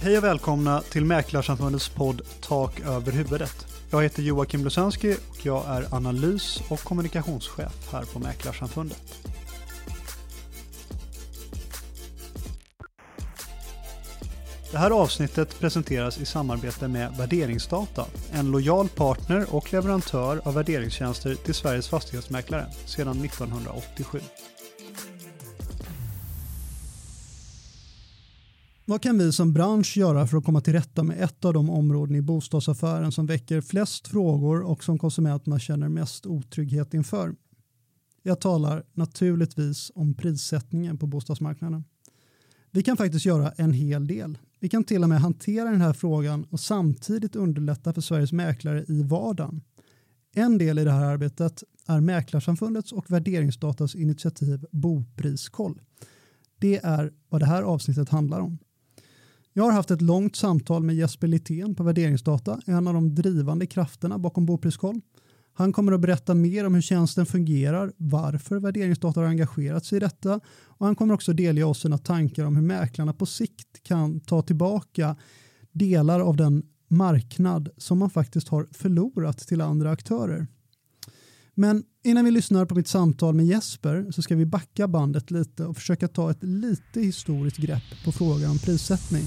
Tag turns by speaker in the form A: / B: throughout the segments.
A: Hej och välkomna till Mäklarsamfundets podd Tak över huvudet. Jag heter Joakim Lusanski och jag är analys- och kommunikationschef här på Mäklarsamfundet. Det här avsnittet presenteras i samarbete med Värderingsdata, en lojal partner och leverantör av värderingstjänster till Sveriges fastighetsmäklare sedan 1987.
B: Vad kan vi som bransch göra för att komma till rätta med ett av de områden i bostadsaffären som väcker flest frågor och som konsumenterna känner mest otrygghet inför? Jag talar naturligtvis om prissättningen på bostadsmarknaden. Vi kan faktiskt göra en hel del. Vi kan till och med hantera den här frågan och samtidigt underlätta för Sveriges mäklare i vardagen. En del i det här arbetet är Mäklarsamfundets och Värderingsdatas initiativ Bopriskoll. Det är vad det här avsnittet handlar om. Jag har haft ett långt samtal med Jesper Littén på Värderingsdata, en av de drivande krafterna bakom Bopriskoll. Han kommer att berätta mer om hur tjänsten fungerar, varför Värderingsdata har engagerat sig i detta och han kommer också delge oss sina tankar om hur mäklarna på sikt kan ta tillbaka delar av den marknad som man faktiskt har förlorat till andra aktörer. Men innan vi lyssnar på mitt samtal med Jesper så ska vi backa bandet lite och försöka ta ett lite historiskt grepp på frågan om prissättning.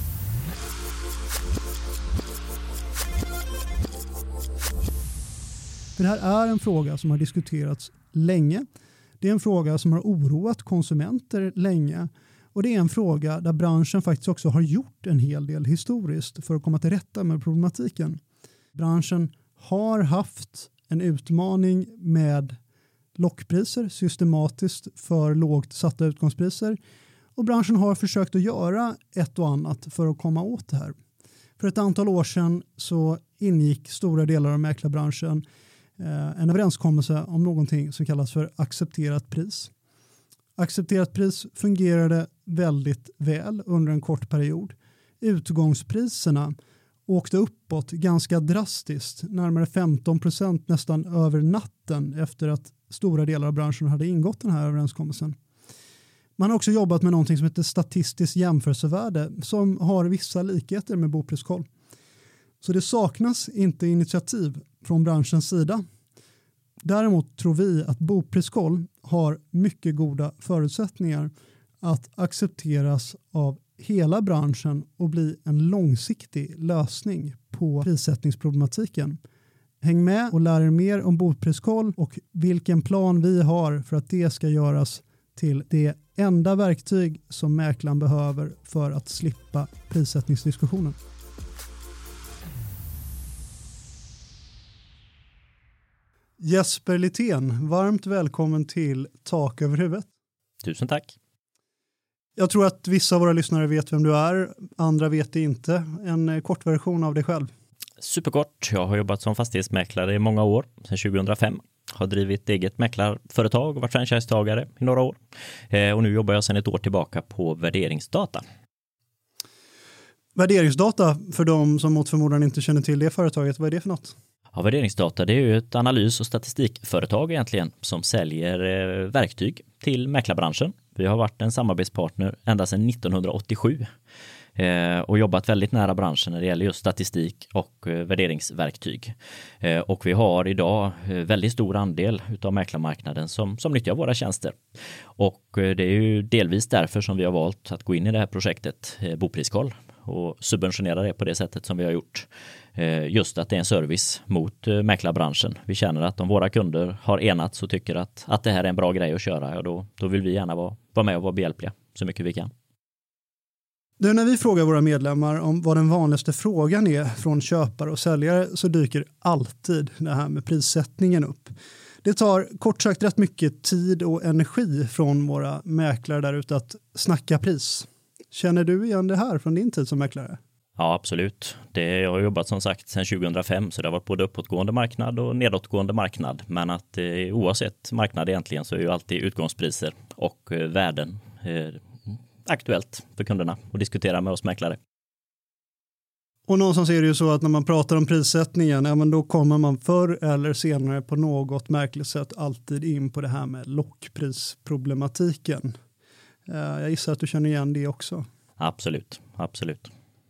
B: För det här är en fråga som har diskuterats länge. Det är en fråga som har oroat konsumenter länge. Och det är en fråga där branschen faktiskt också har gjort en hel del historiskt för att komma till rätta med problematiken. Branschen har haft en utmaning med lockpriser, systematiskt för lågt satta utgångspriser. Och branschen har försökt att göra ett och annat för att komma åt det här. För ett antal år sedan så ingick stora delar av mäklarbranschen en överenskommelse om någonting som kallas för accepterat pris. Accepterat pris fungerade väldigt väl under en kort period. Utgångspriserna åkte uppåt ganska drastiskt, närmare 15% nästan över natten efter att stora delar av branschen hade ingått den här överenskommelsen. Man har också jobbat med någonting som heter statistiskt jämförelsevärde som har vissa likheter med Bopriskoll. Så det saknas inte initiativ från branschens sida. Däremot tror vi att Bopriskoll har mycket goda förutsättningar att accepteras av hela branschen och bli en långsiktig lösning på prissättningsproblematiken. Häng med och lär er mer om Bopriskoll och vilken plan vi har för att det ska göras till det enda verktyg som mäklaren behöver för att slippa prissättningsdiskussionen. Jesper Littén, varmt välkommen till Tak över huvudet.
C: Tusen tack.
A: Jag tror att vissa av våra lyssnare vet vem du är, andra vet det inte. En kort version av dig själv.
C: Superkort. Jag har jobbat som fastighetsmäklare i många år, sedan 2005. Har drivit eget mäklarföretag och varit franchisetagare i några år. Och nu jobbar jag sedan ett år tillbaka på Värderingsdata.
A: Värderingsdata, för de som mot förmodan inte känner till det företaget, vad är det för något?
C: Ja, Värderingsdata, det är ju ett analys- och statistikföretag egentligen som säljer verktyg till mäklarbranschen. Vi har varit en samarbetspartner ända sedan 1987 och jobbat väldigt nära branschen när det gäller just statistik och värderingsverktyg. Och vi har idag väldigt stor andel utav mäklarmarknaden som nyttjar våra tjänster. Och det är ju delvis därför som vi har valt att gå in i det här projektet Bopriskoll och subventionera det på det sättet som vi har gjort. Just att det är en service mot mäklarbranschen. Vi känner att om våra kunder har enats och tycker att det här är en bra grej att köra, då vill vi gärna vara med och vara behjälpliga så mycket vi kan.
B: Du, när vi frågar våra medlemmar om vad den vanligaste frågan är från köpare och säljare så dyker alltid det här med prissättningen upp. Det tar kort sagt rätt mycket tid och energi från våra mäklare där ute att snacka pris. Känner du igen det här från din tid som mäklare?
C: Ja, absolut. Jag har jobbat som sagt sedan 2005 så det har varit både uppåtgående marknad och nedåtgående marknad. Men att oavsett marknad egentligen så är ju alltid utgångspriser och värden aktuellt för kunderna att diskutera med oss mäklare.
B: Och någonstans är det ju så att när man pratar om prissättningen, ja, men då kommer man förr eller senare på något märkligt sätt alltid in på det här med lockprisproblematiken. Jag gissar att du känner igen det också.
C: Absolut, absolut.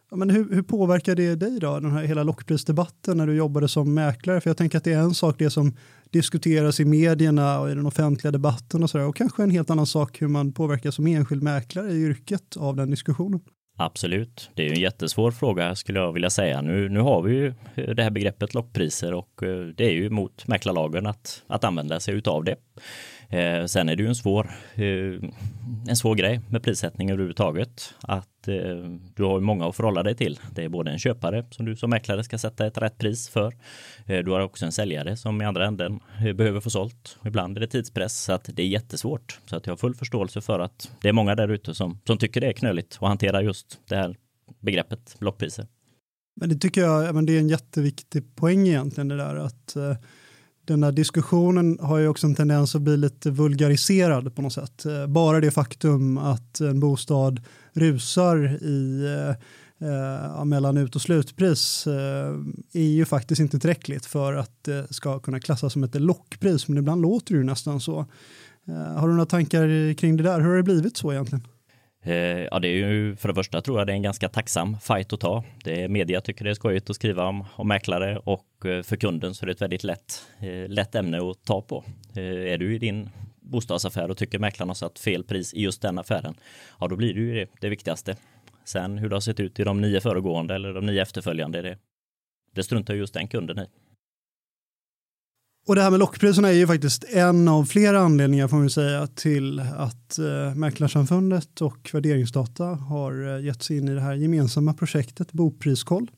B: Ja, men hur påverkar det dig då, den här hela lockprisdebatten när du jobbade som mäklare? För jag tänker att det är en sak det som diskuteras i medierna och i den offentliga debatten och sådär. Och kanske en helt annan sak hur man påverkar som enskild mäklare i yrket av den diskussionen.
C: Absolut, det är ju en jättesvår fråga skulle jag vilja säga. Nu har vi ju det här begreppet lockpriser och det är ju mot mäklarlagen att använda sig utav det. Sen är det ju en svår grej med prissättning överhuvudtaget. Att du har många att förhålla dig till. Det är både en köpare som du som mäklare ska sätta ett rätt pris för. Du har också en säljare som i andra änden behöver få sålt. Ibland är det tidspress så att det är jättesvårt. Så att jag har full förståelse för att det är många där ute som tycker det är knöligt att hantera just det här begreppet lockpriser.
B: Men det tycker jag, men det är en jätteviktig poäng egentligen det där att den här diskussionen har ju också en tendens att bli lite vulgariserad på något sätt. Bara det faktum att en bostad rusar i mellan ut- och slutpris är ju faktiskt inte tillräckligt för att det ska kunna klassas som ett lockpris, men ibland låter det ju nästan så. Har du några tankar kring det där? Hur har det blivit så egentligen?
C: Ja, det är ju för det första tror jag det är en ganska tacksam fight att ta. Media tycker det är skojigt att skriva om mäklare och för kunden så är det ett väldigt lätt ämne att ta på. Är du i din bostadsaffär och tycker mäklarna har satt fel pris i just den affären, ja då blir det ju det viktigaste. Sen hur det har sett ut i de 9 föregående eller de 9 efterföljande, det struntar just den kunden i.
B: Och det här med lockpriserna är ju faktiskt en av flera anledningar får man säga till att Mäklarsamfundet och Värderingsdata har gett sig in i det här gemensamma projektet Bopriskoll.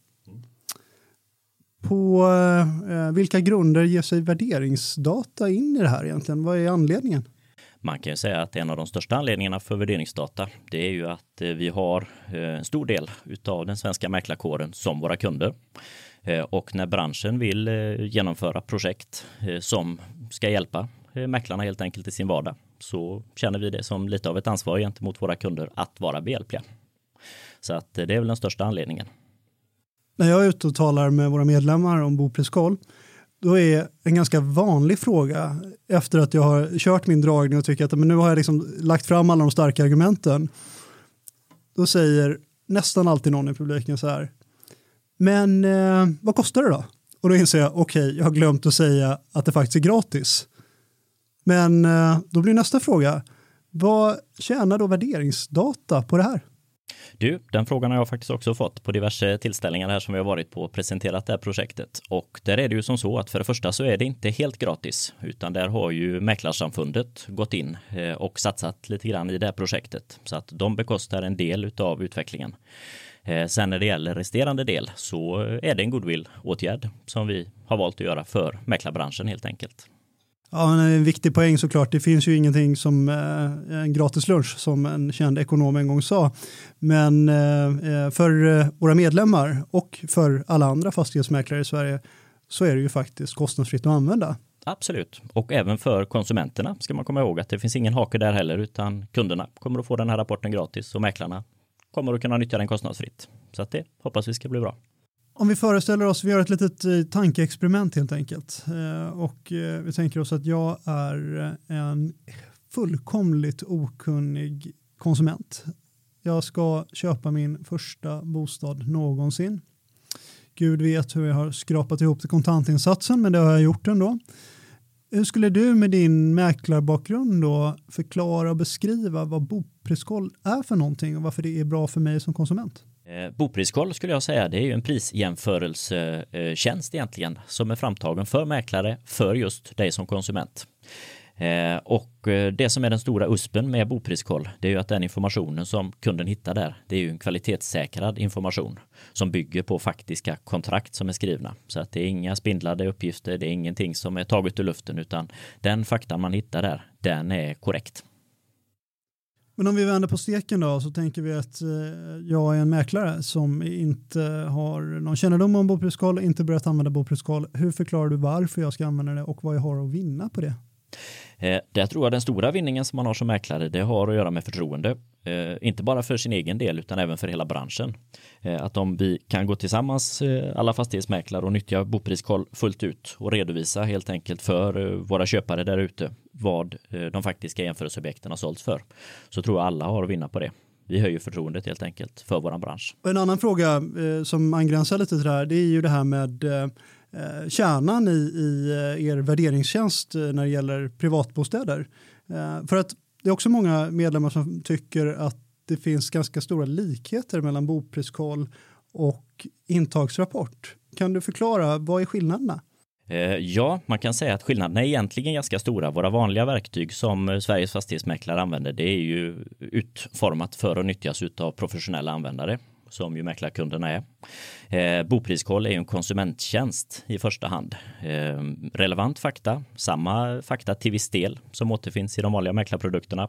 B: På vilka grunder ger sig Värderingsdata in i det här egentligen? Vad är anledningen?
C: Man kan ju säga att en av de största anledningarna för Värderingsdata det är ju att vi har en stor del utav den svenska mäklarkåren som våra kunder. Och när branschen vill genomföra projekt som ska hjälpa mäklarna helt enkelt i sin vardag så känner vi det som lite av ett ansvar gentemot våra kunder att vara behjälpliga. Så att det är väl den största anledningen.
B: När jag är ute och talar med våra medlemmar om Bopriskoll då är en ganska vanlig fråga efter att jag har kört min dragning och tycker att men nu har jag liksom lagt fram alla de starka argumenten. Då säger nästan alltid någon i publiken så här: men vad kostar det då? Och då inser jag, okej, jag har glömt att säga att det faktiskt är gratis. Men då blir nästa fråga, vad tjänar då Värderingsdata på det här?
C: Den frågan har jag faktiskt också fått på diverse tillställningar här som vi har varit på och presenterat det här projektet. Och där är det ju som så att för det första så är det inte helt gratis utan där har ju Mäklarsamfundet gått in och satsat lite grann i det här projektet. Så att de bekostar en del av utvecklingen. Sen när det gäller resterande del så är det en goodwill-åtgärd som vi har valt att göra för mäklarbranschen helt enkelt.
B: Ja, en viktig poäng såklart. Det finns ju ingenting som en gratis lunch som en känd ekonom en gång sa. Men för våra medlemmar och för alla andra fastighetsmäklare i Sverige så är det ju faktiskt kostnadsfritt att använda.
C: Absolut. Och även för konsumenterna ska man komma ihåg att det finns ingen hake där heller utan kunderna kommer att få den här rapporten gratis och mäklarna kommer att kunna nyttja den kostnadsfritt. Så att det hoppas vi ska bli bra.
B: Om vi föreställer oss, vi gör ett litet tankeexperiment helt enkelt. Och vi tänker oss att jag är en fullkomligt okunnig konsument. Jag ska köpa min första bostad någonsin. Gud vet hur jag har skrapat ihop till kontantinsatsen, men det har jag gjort ändå. Hur skulle du med din mäklarbakgrund då förklara och beskriva vad Bopriskoll är för någonting och varför det är bra för mig som konsument?
C: Bopriskoll skulle jag säga, det är ju en prisjämförelsetjänst egentligen som är framtagen för mäklare för just dig som konsument. Och det som är den stora USPen med Bopriskoll det är ju att den informationen som kunden hittar där det är ju en kvalitetssäkrad information som bygger på faktiska kontrakt som är skrivna. Så att det är inga spindlade uppgifter, det är ingenting som är taget ur luften utan den fakta man hittar där, den är korrekt.
B: Men om vi vänder på steken då så tänker vi att jag är en mäklare som inte har någon kännedom om Bopriskoll och inte börjat använda Bopriskoll. Hur förklarar du varför jag ska använda det och vad jag har att vinna på det?
C: Det tror jag den stora vinningen som man har som mäklare det har att göra med förtroende. Inte bara för sin egen del utan även för hela branschen. Att om vi kan gå tillsammans alla fastighetsmäklare och nyttja Bopriskoll fullt ut och redovisa helt enkelt för våra köpare där ute vad de faktiska jämförelseobjekten har sålts för så tror jag alla har att vinna på det. Vi höjer förtroendet helt enkelt för vår bransch.
B: Och en annan fråga som angränsar lite till det här, det är ju det här med kärnan i er värderingstjänst när det gäller privatbostäder. För att det är också många medlemmar som tycker att det finns ganska stora likheter mellan bopriskoll och intagsrapport. Kan du förklara, vad är skillnaderna?
C: Ja, man kan säga att skillnaderna är egentligen ganska stora. Våra vanliga verktyg som Sveriges fastighetsmäklare använder, det är ju utformat för att nyttjas av professionella användare, som ju mäklarkunderna är. Bopriskoll är ju en konsumenttjänst i första hand. Relevant fakta, samma fakta till viss del som återfinns i de vanliga mäklarprodukterna.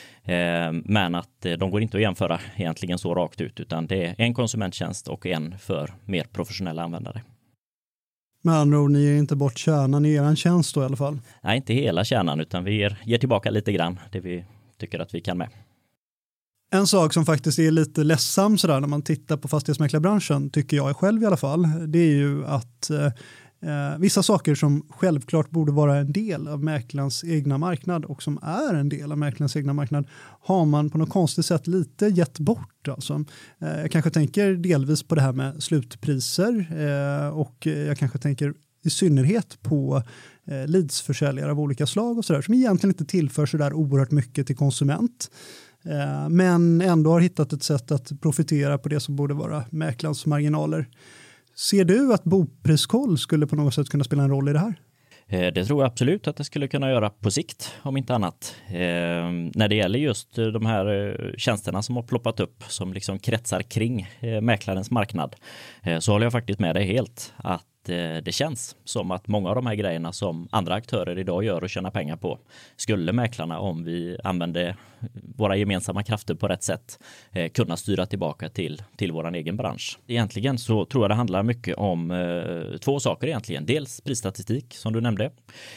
C: Men att de går inte att jämföra egentligen så rakt ut, utan det är en konsumenttjänst och en för mer professionella användare.
B: Med andra ord, ni ger inte bort kärnan i er tjänst då i alla fall?
C: Nej, inte hela kärnan, utan vi ger tillbaka lite grann det vi tycker att vi kan med.
B: En sak som faktiskt är lite ledsam sådär när man tittar på fastighetsmäklarbranschen, tycker jag själv i alla fall, det är ju att vissa saker som självklart borde vara en del av mäklarens egna marknad och som är en del av mäklarens egna marknad har man på något konstigt sätt lite gett bort. Alltså. Jag kanske tänker delvis på det här med slutpriser och jag kanske tänker i synnerhet på leadsförsäljare av olika slag och sådär som egentligen inte tillför så där oerhört mycket till konsument. Men ändå har hittat ett sätt att profitera på det som borde vara mäklarens marginaler. Ser du att bopriskoll skulle på något sätt kunna spela en roll i det här?
C: Det tror jag absolut att det skulle kunna göra på sikt, om inte annat. När det gäller just de här tjänsterna som har ploppat upp, som liksom kretsar kring mäklarens marknad, så håller jag faktiskt med dig helt att det känns som att många av de här grejerna som andra aktörer idag gör och tjänar pengar på skulle mäklarna, om vi använder våra gemensamma krafter på rätt sätt, kunna styra tillbaka till vår egen bransch. Egentligen så tror jag det handlar mycket om två saker egentligen. Dels prisstatistik som du nämnde.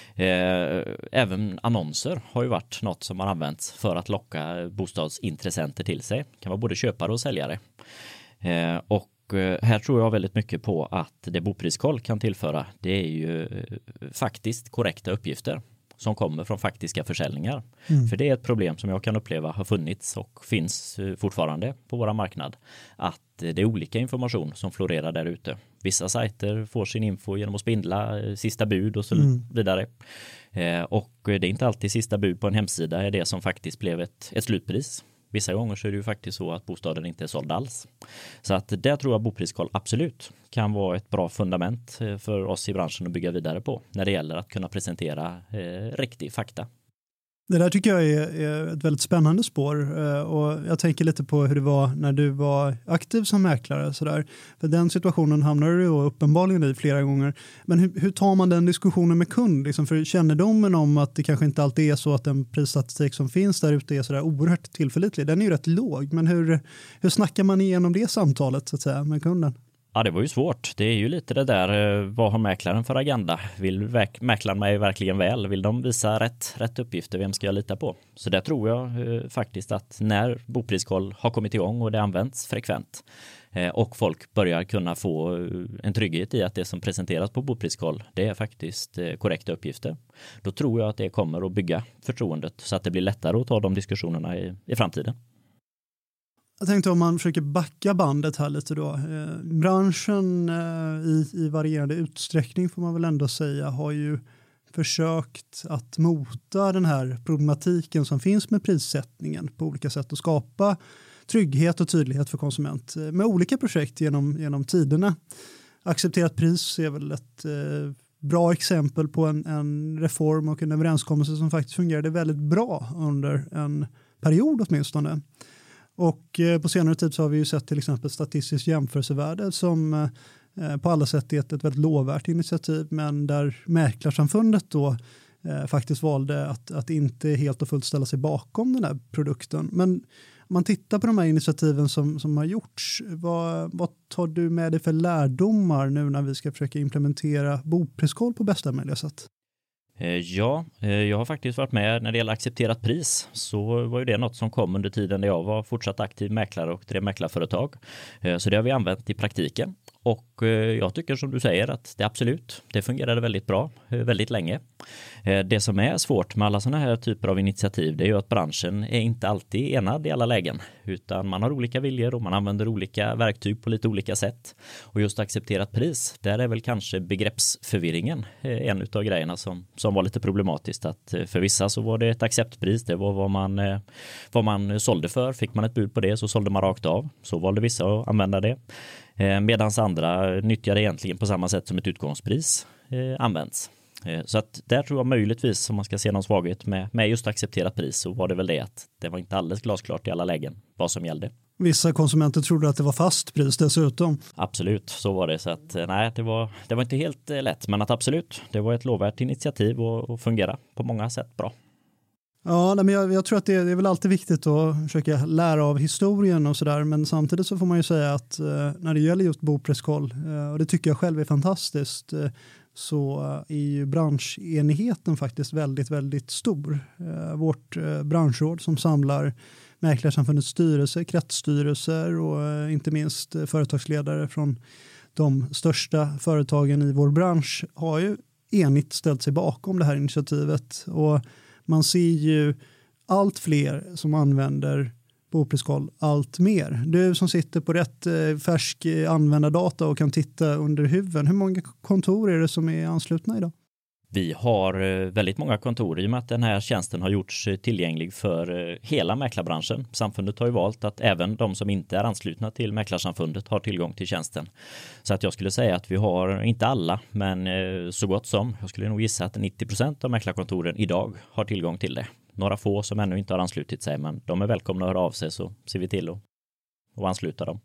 C: Även annonser har ju varit något som har använts för att locka bostadsintressenter till sig. Det kan vara både köpare och säljare. Och här tror jag väldigt mycket på att det bopriskoll kan tillföra, det är ju faktiskt korrekta uppgifter som kommer från faktiska försäljningar. För det är ett problem som jag kan uppleva har funnits och finns fortfarande på våra marknad. Att det är olika information som florerar där ute. Vissa sajter får sin info genom att spindla sista bud och så vidare. Och det är inte alltid sista bud på en hemsida är det som faktiskt blev ett slutpris. Vissa gånger så är det ju faktiskt så att bostaden inte är såld alls. Så att där tror jag bopriskoll absolut kan vara ett bra fundament för oss i branschen att bygga vidare på när det gäller att kunna presentera riktig fakta.
B: Det där tycker jag är ett väldigt spännande spår och jag tänker lite på hur det var när du var aktiv som mäklare. Sådär. För den situationen hamnar du uppenbarligen i flera gånger. Men hur tar man den diskussionen med kund? Liksom för kännedomen om att det kanske inte alltid är så att den prisstatistik som finns där ute är sådär oerhört tillförlitlig. Den är ju rätt låg, men hur snackar man igenom det samtalet så att säga, med kunden?
C: Ja, det var ju svårt. Det är ju lite det där, vad har mäklaren för agenda? Vill mäklaren mig verkligen väl? Vill de visa rätt uppgifter? Vem ska jag lita på? Så där tror jag faktiskt att när bopriskoll har kommit igång och det används frekvent och folk börjar kunna få en trygghet i att det som presenteras på bopriskoll, det är faktiskt korrekta uppgifter. Då tror jag att det kommer att bygga förtroendet så att det blir lättare att ta de diskussionerna i framtiden.
B: Jag tänkte om man försöker backa bandet här lite då. Branschen i varierande utsträckning får man väl ändå säga har ju försökt att mota den här problematiken som finns med prissättningen på olika sätt och skapa trygghet och tydlighet för konsument med olika projekt genom tiderna. Accepterat pris är väl ett bra exempel på en reform och en överenskommelse som faktiskt fungerade väldigt bra under en period åtminstone. Och på senare tid så har vi ju sett till exempel statistiskt jämförelsevärde som på alla sätt är ett väldigt lovvärt initiativ, men där mäklarsamfundet då faktiskt valde att inte helt och fullt ställa sig bakom den här produkten. Men om man tittar på de här initiativen som har gjorts, vad tar du med dig för lärdomar nu när vi ska försöka implementera bopriskoll på bästa möjliga sätt?
C: Ja, jag har faktiskt varit med när det gäller accepterat pris, så var ju det något som kom under tiden när jag var fortsatt aktiv mäklare och drev mäklarföretag. Så det har vi använt i praktiken Och jag tycker som du säger att det fungerade väldigt bra, väldigt länge. Det som är svårt med alla sådana här typer av initiativ, det är ju att branschen är inte alltid enad i alla lägen, utan man har olika viljor och man använder olika verktyg på lite olika sätt. Och just accepterat pris, där är väl kanske begreppsförvirringen en av grejerna som var lite problematiskt. Att för vissa så var det ett acceptpris, det var vad man sålde för. Fick man ett bud på det så sålde man rakt av. Så valde vissa att använda det. Medan andra nyttjade egentligen på samma sätt som ett utgångspris används. Så att där tror jag möjligtvis, om man ska se någon svaghet med just accepterat pris, så var det väl det att det var inte alldeles glasklart i alla lägen vad som gällde.
B: Vissa konsumenter trodde att det var fast pris dessutom.
C: Absolut, så var det. Så att nej, det var inte helt lätt, men att absolut, det var ett lovvärt initiativ och fungera på många sätt bra.
B: Ja, men jag tror att det är väl alltid viktigt att försöka lära av historien och sådär, men samtidigt så får man ju säga att när det gäller just boprisskoll, och det tycker jag själv är fantastiskt, så är ju branschenigheten faktiskt väldigt, väldigt stor. Vårt branschråd som samlar Mäklarsamfundets styrelse, kretsstyrelser och inte minst företagsledare från de största företagen i vår bransch har ju enigt ställt sig bakom det här initiativet, och man ser ju allt fler som använder boprisskoll allt mer. Du som sitter på rätt färsk användardata och kan titta under huven, hur många kontor är det som är anslutna idag?
C: Vi har väldigt många kontor i och med att den här tjänsten har gjorts tillgänglig för hela mäklarbranschen. Samfundet har ju valt att även de som inte är anslutna till Mäklarsamfundet har tillgång till tjänsten. Så att jag skulle säga att vi har, inte alla, men så gott som, jag skulle nog gissa att 90% av mäklarkontoren idag har tillgång till det. Några få som ännu inte har anslutit sig, men de är välkomna att höra av sig, så ser vi till att ansluta dem.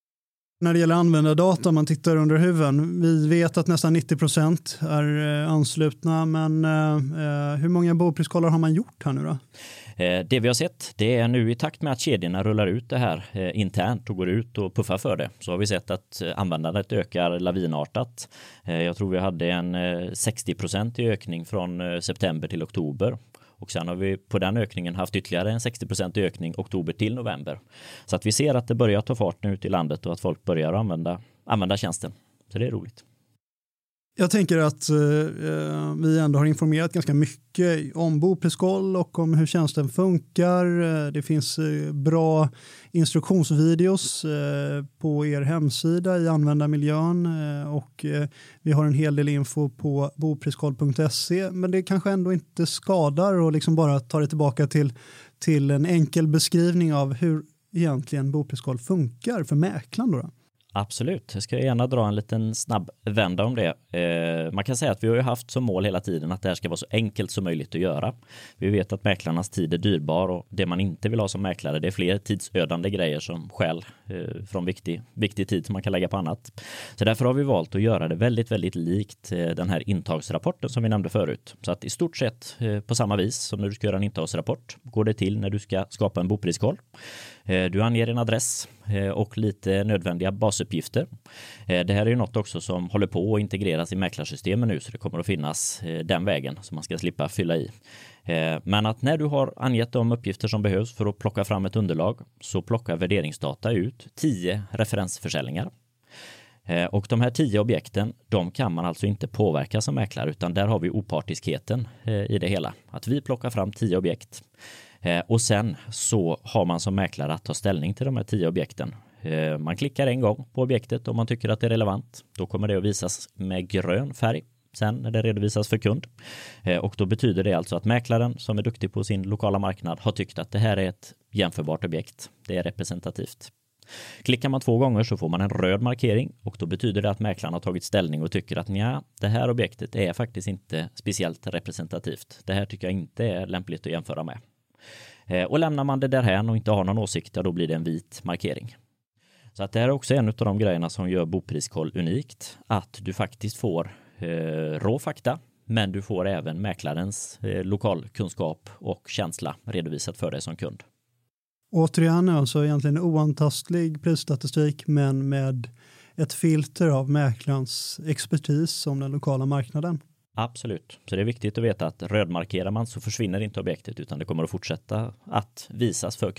B: När det gäller användardata, man tittar under huven. Vi vet att nästan 90% är anslutna, men hur många bopriskollar har man gjort här nu då?
C: Det vi har sett, det är nu i takt med att kedjorna rullar ut det här internt och går ut och puffar för det, så har vi sett att användandet ökar lavinartat. Jag tror vi hade en 60% i ökning från september till oktober. Och sen har vi på den ökningen haft ytterligare en 60% ökning oktober till november. Så att vi ser att det börjar ta fart nu ute i landet och att folk börjar använda tjänsten. Så det är roligt.
B: Jag tänker att vi ändå har informerat ganska mycket om boprisskoll och om hur tjänsten funkar. Det finns bra instruktionsvideos på er hemsida i användarmiljön, och vi har en hel del info på boprisskoll.se, men det kanske ändå inte skadar att liksom bara ta det tillbaka till en enkel beskrivning av hur egentligen boprisskoll funkar för mäklaren då.
C: Absolut, jag ska gärna dra en liten snabb vända om det. Man kan säga att vi har ju haft som mål hela tiden att det här ska vara så enkelt som möjligt att göra. Vi vet att mäklarnas tid är dyrbar, och det man inte vill ha som mäklare, det är fler tidsödande grejer som skäl från viktig tid som man kan lägga på annat. Så därför har vi valt att göra det väldigt, väldigt likt den här intagsrapporten som vi nämnde förut. Så att i stort sett på samma vis som när du ska göra en intagsrapport går det till när du ska skapa en boprisskoll. Du anger en adress och lite nödvändiga basuppgifter. Det här är ju något också som håller på att integreras i mäklarsystemen nu, så det kommer att finnas den vägen som man ska slippa fylla i. Men att när du har angett de uppgifter som behövs för att plocka fram ett underlag, så plockar värderingsdata ut 10 referensförsäljningar. Och de här 10 objekten, de kan man alltså inte påverka som mäklare, utan där har vi opartiskheten i det hela. Att vi plockar fram 10 objekt. Och sen så har man som mäklare att ta ställning till de här 10 objekten. Man klickar en gång på objektet om man tycker att det är relevant. Då kommer det att visas med grön färg sen när det redovisas för kund. Och då betyder det alltså att mäklaren som är duktig på sin lokala marknad har tyckt att det här är ett jämförbart objekt. Det är representativt. Klickar man 2 gånger så får man en röd markering, och då betyder det att mäklaren har tagit ställning och tycker att det här objektet är faktiskt inte speciellt representativt. Det här tycker jag inte är lämpligt att jämföra med. Och lämnar man det därhän och inte har någon åsikt, då blir det en vit markering. Så att det här är också en av de grejerna som gör boprisskoll unikt. Att du faktiskt får rå fakta, men du får även mäklarens lokalkunskap och känsla redovisat för dig som kund.
B: Återigen alltså egentligen oantastlig prisstatistik, men med ett filter av mäklarens expertis om den lokala marknaden.
C: Absolut, så det är viktigt att veta att rödmarkerar man så försvinner inte objektet, utan det kommer att fortsätta att visas för kunden.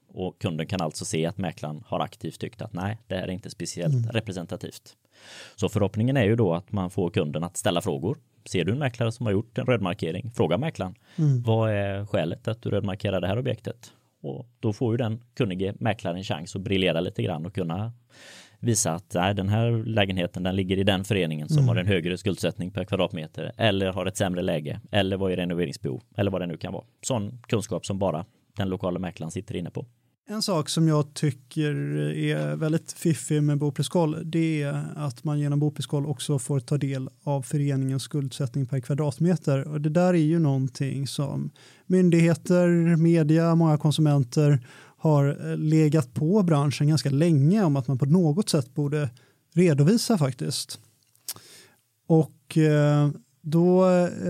C: Och kunden kan alltså se att mäklaren har aktivt tyckt att nej, det här är inte speciellt representativt. Så förhoppningen är ju då att man får kunden att ställa frågor. Ser du en mäklare som har gjort en rödmarkering? Fråga mäklaren. Vad är skälet att du rödmarkerar det här objektet? Och då får ju den kunnige mäklaren en chans att briljera lite grann och kunna visa att nej, den här lägenheten den ligger i den föreningen som har en högre skuldsättning per kvadratmeter eller har ett sämre läge eller vad är renoveringsbehov eller vad det nu kan vara. Sån kunskap som bara den lokala mäklaren sitter inne på.
B: En sak som jag tycker är väldigt fiffig med BoPriskoll, det är att man genom BoPriskoll också får ta del av föreningens skuldsättning per kvadratmeter. Och det där är ju någonting som myndigheter, media, många konsumenter har legat på branschen ganska länge om att man på något sätt borde redovisa faktiskt. Och då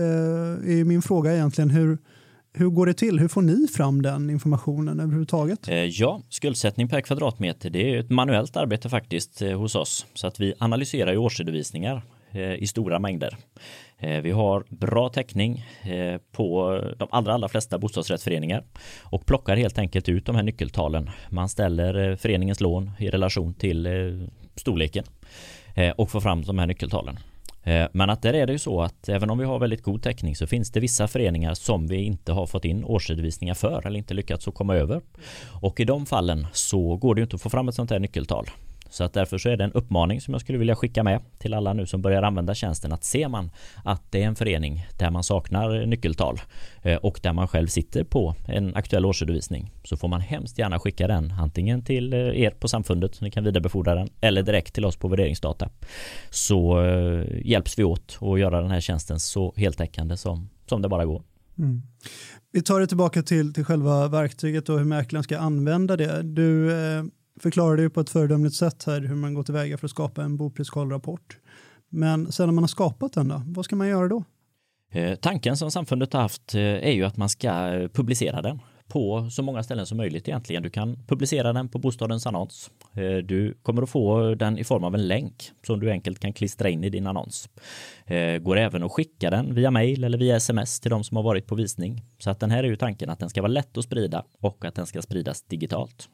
B: är min fråga egentligen hur går det till? Hur får ni fram den informationen överhuvudtaget?
C: Ja, skuldsättning per kvadratmeter det är ett manuellt arbete faktiskt hos oss. Så att vi analyserar ju årsredovisningar i stora mängder. Vi har bra täckning på de allra flesta bostadsrättsföreningar och plockar helt enkelt ut de här nyckeltalen. Man ställer föreningens lån i relation till storleken och får fram de här nyckeltalen. Men att där är det ju så att även om vi har väldigt god täckning så finns det vissa föreningar som vi inte har fått in årsredovisningar för eller inte lyckats att komma över. Och i de fallen så går det ju inte att få fram ett sånt här nyckeltal. Så att därför så är det en uppmaning som jag skulle vilja skicka med till alla nu som börjar använda tjänsten att ser man att det är en förening där man saknar nyckeltal och där man själv sitter på en aktuell årsredovisning så får man hemskt gärna skicka den antingen till er på samfundet så ni kan vidarebefordra den eller direkt till oss på värderingsdata så hjälps vi åt att göra den här tjänsten så heltäckande som det bara går.
B: Vi tar det tillbaka till själva verktyget och hur mäklaren ska använda det. Du förklarade ju på ett föredömligt sätt här hur man går tillväga för att skapa en BoPriskoll-rapport. Men sen när man har skapat den då, vad ska man göra då?
C: Tanken som samfundet har haft är ju att man ska publicera den på så många ställen som möjligt egentligen. Du kan publicera den på bostadens annons. Du kommer att få den i form av en länk som du enkelt kan klistra in i din annons. Går även att skicka den via mail eller via sms till de som har varit på visning. Så att den här är ju tanken att den ska vara lätt att sprida och att den ska spridas digitalt.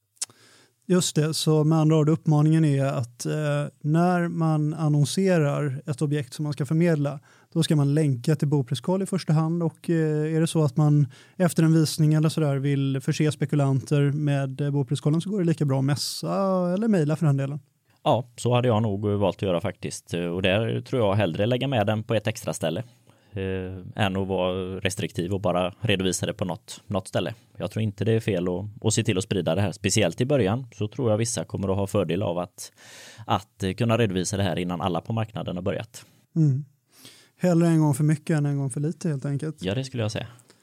B: Just det, så med andra ord uppmaningen är att när man annonserar ett objekt som man ska förmedla då ska man länka till BoPriskoll i första hand och är det så att man efter en visning eller sådär vill förse spekulanter med BoPriskollen så går det lika bra att messa eller mejla för den delen.
C: Ja, så hade jag nog valt att göra faktiskt och där tror jag hellre lägga med den på ett extra ställe än att vara restriktiv och bara redovisa det på något ställe. Jag tror inte det är fel att se till att sprida det här. Speciellt i början så tror jag vissa kommer att ha fördel av att kunna redovisa det här innan alla på marknaden har börjat.
B: Hellre en gång för mycket än en gång för lite helt enkelt.
C: Ja, det skulle jag säga.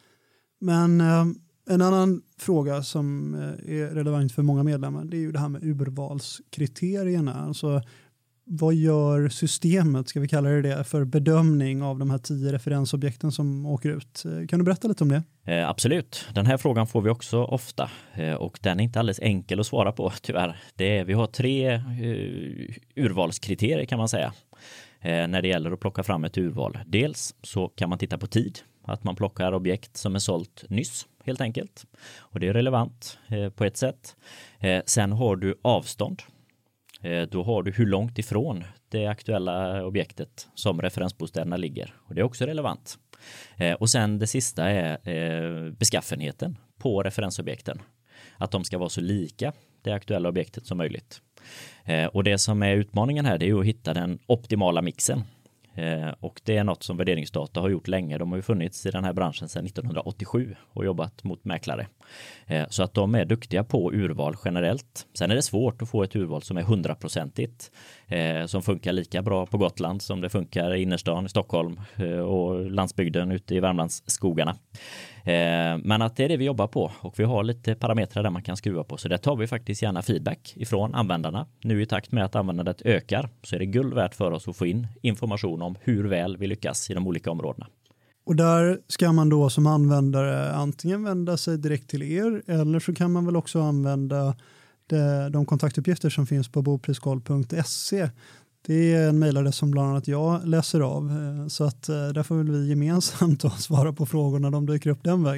B: Men en annan fråga som är relevant för många medlemmar det är ju det här med urvalskriterierna. Alltså vad gör systemet, ska vi kalla det för bedömning av de här 10 referensobjekten som åker ut? Kan du berätta lite om det?
C: Absolut. Den här frågan får vi också ofta och den är inte alldeles enkel att svara på tyvärr. Vi har 3 urvalskriterier kan man säga när det gäller att plocka fram ett urval. Dels så kan man titta på tid, att man plockar objekt som är sålt nyss helt enkelt och det är relevant på ett sätt. Sen har du avstånd. Då har du hur långt ifrån det aktuella objektet som referensbostäderna ligger. Och det är också relevant. Och sen det sista är beskaffenheten på referensobjekten. Att de ska vara så lika det aktuella objektet som möjligt. Och det som är utmaningen här det är att hitta den optimala mixen. Och det är något som värderingsdata har gjort länge. De har ju funnits i den här branschen sedan 1987 och jobbat mot mäklare. Så att de är duktiga på urval generellt. Sen är det svårt att få ett urval som är 100%igt. Som funkar lika bra på Gotland som det funkar i innerstan i Stockholm och landsbygden ute i Värmlandsskogarna. Men att det är det vi jobbar på och vi har lite parametrar där man kan skruva på. Så där tar vi faktiskt gärna feedback ifrån användarna. Nu i takt med att användandet ökar så är det guld värt för oss att få in information om hur väl vi lyckas i de olika områdena.
B: Och där ska man då som användare antingen vända sig direkt till er eller så kan man väl också använda de kontaktuppgifter som finns på bopriskoll.se. Det är en mejladress som bland annat jag läser av så att där får väl vi gemensamt svara på frågorna när de dyker upp den vägen.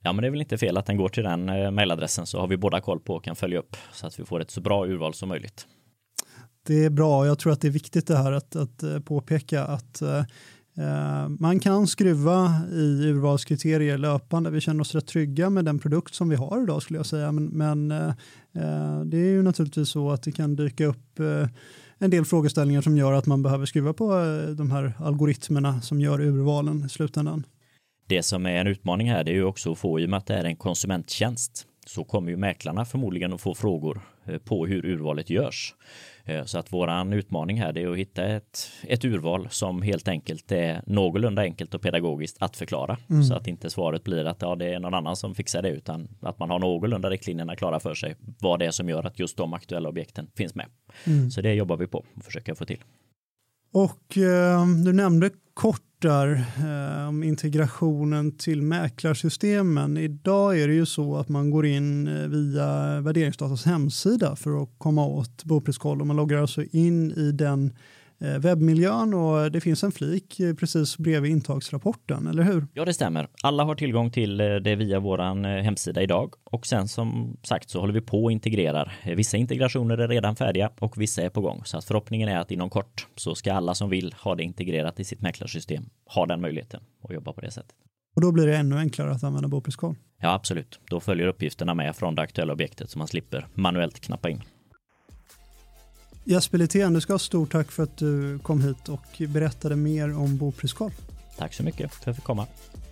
C: Ja, men det är väl inte fel att den går till den mejladressen, så har vi båda koll på och kan följa upp så att vi får ett så bra urval som möjligt.
B: Det är bra. Jag tror att det är viktigt det här att påpeka att man kan skruva i urvalskriterier löpande. Vi känner oss rätt trygga med den produkt som vi har idag, skulle jag säga. Men det är ju naturligtvis så att det kan dyka upp en del frågeställningar som gör att man behöver skruva på de här algoritmerna som gör urvalen i slutändan. Det
C: som är en utmaning här, det är ju också att få, i och med att det är en konsumenttjänst, så kommer ju mäklarna förmodligen att få frågor på hur urvalet görs. Så att våran utmaning här, det är att hitta ett urval som helt enkelt är någorlunda enkelt och pedagogiskt att förklara. Så att inte svaret blir att det är någon annan som fixar det, utan att man har någorlunda riktlinjerna klara för sig vad det är som gör att just de aktuella objekten finns med. Så det jobbar vi på och försöker få till.
B: Och du nämnde kort där om integrationen till mäklarsystemen. Idag är det ju så att man går in via Värderingsdatas hemsida för att komma åt Bopriskoll, och man loggar alltså in i den webbmiljön, och det finns en flik precis bredvid intagsrapporten, eller hur?
C: Ja, det stämmer. Alla har tillgång till det via våran hemsida idag, och sen som sagt så håller vi på och integrerar. Vissa integrationer är redan färdiga och vissa är på gång, så att förhoppningen är att inom kort så ska alla som vill ha det integrerat i sitt mäklarsystem ha den möjligheten och jobba på det sättet.
B: Och då blir det ännu enklare att använda Bopriskoll?
C: Ja, absolut. Då följer uppgifterna med från det aktuella objektet, så man slipper manuellt knappa in.
B: Jesper Littén, du ska ha stort tack för att du kom hit och berättade mer om Bopriskoll.
C: Tack så mycket för att jag fick komma.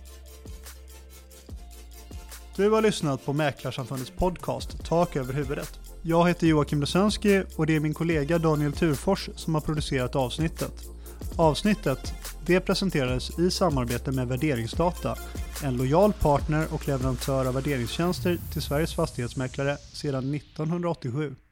A: Du har lyssnat på Mäklarsamfundets podcast Tak över huvudet. Jag heter Joakim Losensky och det är min kollega Daniel Turfors som har producerat avsnittet. Avsnittet det presenterades i samarbete med Värderingsdata, en lojal partner och leverantör av värderingstjänster till Sveriges fastighetsmäklare sedan 1987.